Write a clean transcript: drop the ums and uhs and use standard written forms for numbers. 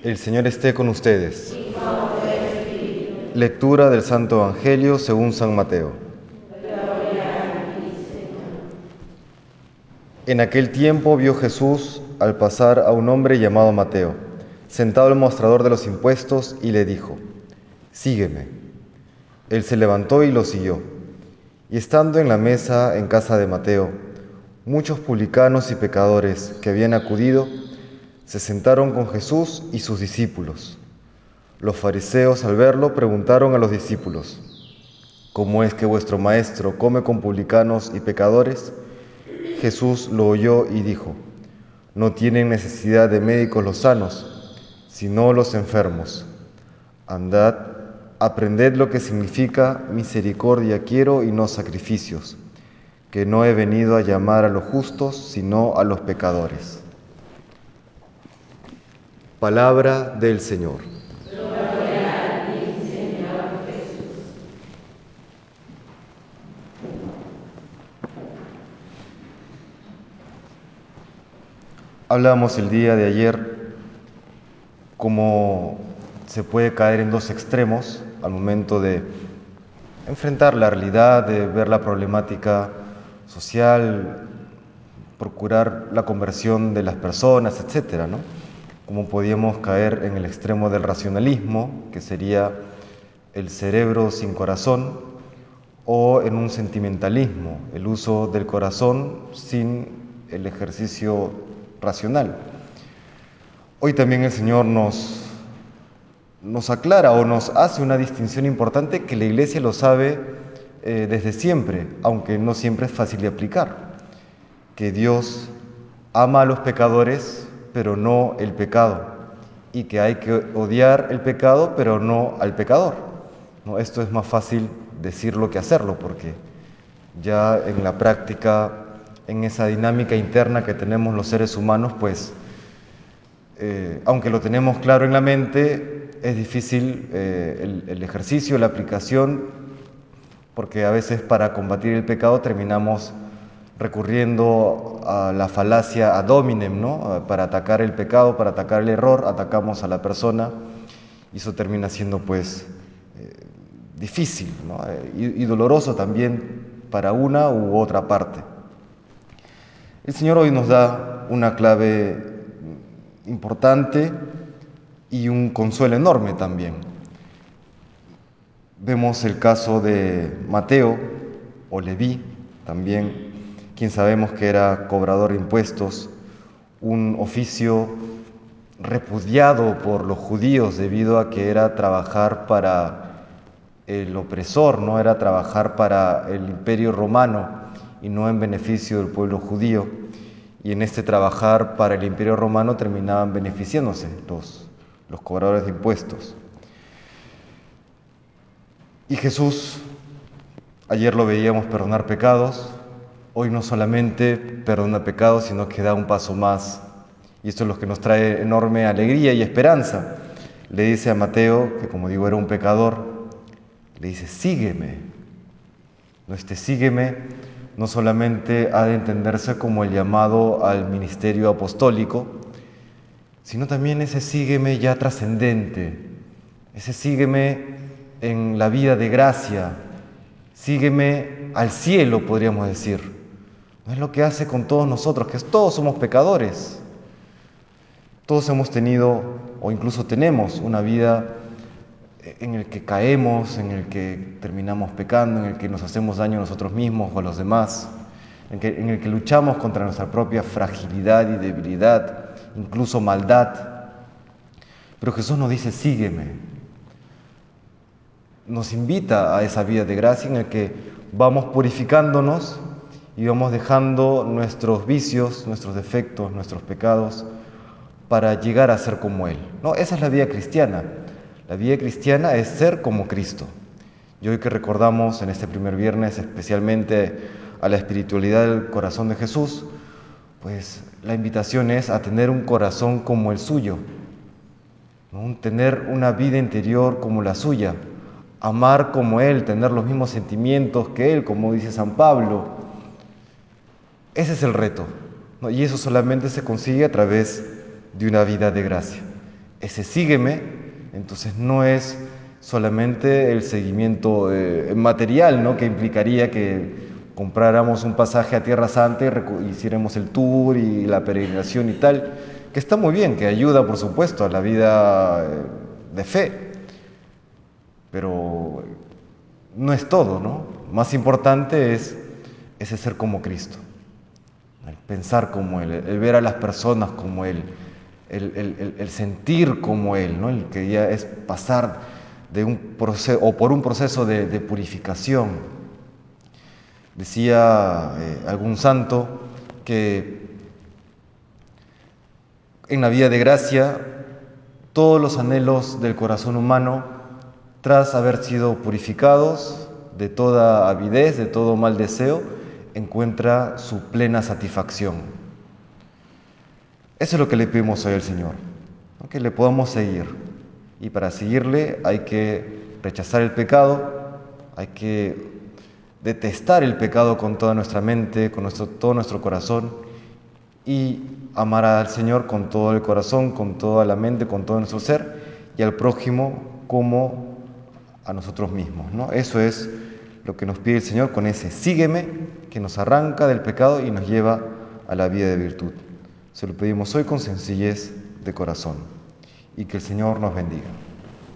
El Señor esté con ustedes. Lectura del Santo Evangelio según San Mateo. En aquel tiempo vio Jesús al pasar a un hombre llamado Mateo, sentado al mostrador de los impuestos, y le dijo: «Sígueme». Él se levantó y lo siguió. Y estando en la mesa en casa de Mateo, muchos publicanos y pecadores que habían acudido se sentaron con Jesús y sus discípulos. Los fariseos, al verlo, preguntaron a los discípulos: «¿Cómo es que vuestro maestro come con publicanos y pecadores?». Jesús lo oyó y dijo: «No tienen necesidad de médicos los sanos, sino los enfermos. Andad, aprended lo que significa misericordia quiero y no sacrificios, que no he venido a llamar a los justos, sino a los pecadores». Palabra del Señor. Hablábamos el día de ayer cómo se puede caer en dos extremos al momento de enfrentar la realidad, de ver la problemática social, procurar la conversión de las personas, etcétera, ¿no? Cómo podíamos caer en el extremo del racionalismo, que sería el cerebro sin corazón, o en un sentimentalismo, el uso del corazón sin el ejercicio racional. Hoy también el Señor nos aclara o nos hace una distinción importante que la Iglesia lo sabe desde siempre, aunque no siempre es fácil de aplicar, que Dios ama a los pecadores, pero no el pecado, y que hay que odiar el pecado, pero no al pecador, ¿no? Esto es más fácil decirlo que hacerlo, porque ya en la práctica, en esa dinámica interna que tenemos los seres humanos, pues aunque lo tenemos claro en la mente, es difícil el ejercicio, la aplicación, porque a veces para combatir el pecado terminamos recurriendo a la falacia ad hominem, ¿no? Para atacar el pecado, para atacar el error, atacamos a la persona, y eso termina siendo pues difícil, ¿no? Y doloroso también para una u otra parte. El Señor hoy nos da una clave importante y un consuelo enorme también. Vemos el caso de Mateo, o Leví también, quien sabemos que era cobrador de impuestos, un oficio repudiado por los judíos debido a que era trabajar para el opresor, no era trabajar para el imperio romano y no en beneficio del pueblo judío. Y en este trabajar para el imperio romano terminaban beneficiándose los cobradores de impuestos. Y Jesús, ayer lo veíamos perdonar pecados, hoy no solamente perdona pecados, sino que da un paso más. Y esto es lo que nos trae enorme alegría y esperanza. Le dice a Mateo, que como digo era un pecador, le dice: «Sígueme». No, sígueme no solamente ha de entenderse como el llamado al ministerio apostólico, sino también ese sígueme ya trascendente, ese sígueme en la vida de gracia, sígueme al cielo, podríamos decir. No es lo que hace con todos nosotros, que todos somos pecadores. Todos hemos tenido, o incluso tenemos, una vida en el que caemos, en el que terminamos pecando, en el que nos hacemos daño a nosotros mismos o a los demás, en el que luchamos contra nuestra propia fragilidad y debilidad, incluso maldad. Pero Jesús nos dice: «Sígueme». Nos invita a esa vida de gracia en la que vamos purificándonos y vamos dejando nuestros vicios, nuestros defectos, nuestros pecados, para llegar a ser como Él, ¿no? Esa es la vida cristiana. La vida cristiana es ser como Cristo. Y hoy que recordamos en este primer viernes especialmente a la espiritualidad del corazón de Jesús, pues la invitación es a tener un corazón como el suyo, ¿no? Tener una vida interior como la suya, amar como Él, tener los mismos sentimientos que Él, como dice San Pablo. Ese es el reto, ¿no? Y eso solamente se consigue a través de una vida de gracia. ese sígueme, entonces no es solamente el seguimiento material, ¿no? Que implicaría que compráramos un pasaje a Tierra Santa y hiciéramos el tour y la peregrinación y tal, que está muy bien, que ayuda, por supuesto, a la vida de fe, pero no es todo, ¿no? Más importante es ese ser como Cristo, el pensar como Él, el ver a las personas como Él, el sentir como Él, ¿no? El que ya es pasar de un proceso o por un proceso de purificación. Decía algún santo que en la vida de gracia todos los anhelos del corazón humano, tras haber sido purificados de toda avidez, de todo mal deseo, encuentra su plena satisfacción. Eso es lo que le pedimos hoy al Señor, ¿no? Que le podamos seguir. Y para seguirle hay que rechazar el pecado, hay que detestar el pecado con toda nuestra mente, con todo nuestro corazón, y amar al Señor con todo el corazón, con toda la mente, con todo nuestro ser, y al prójimo como a nosotros mismos, ¿no? Eso es lo que nos pide el Señor con ese sígueme, que nos arranca del pecado y nos lleva a la vida de virtud. Se lo pedimos hoy con sencillez de corazón, y que el Señor nos bendiga.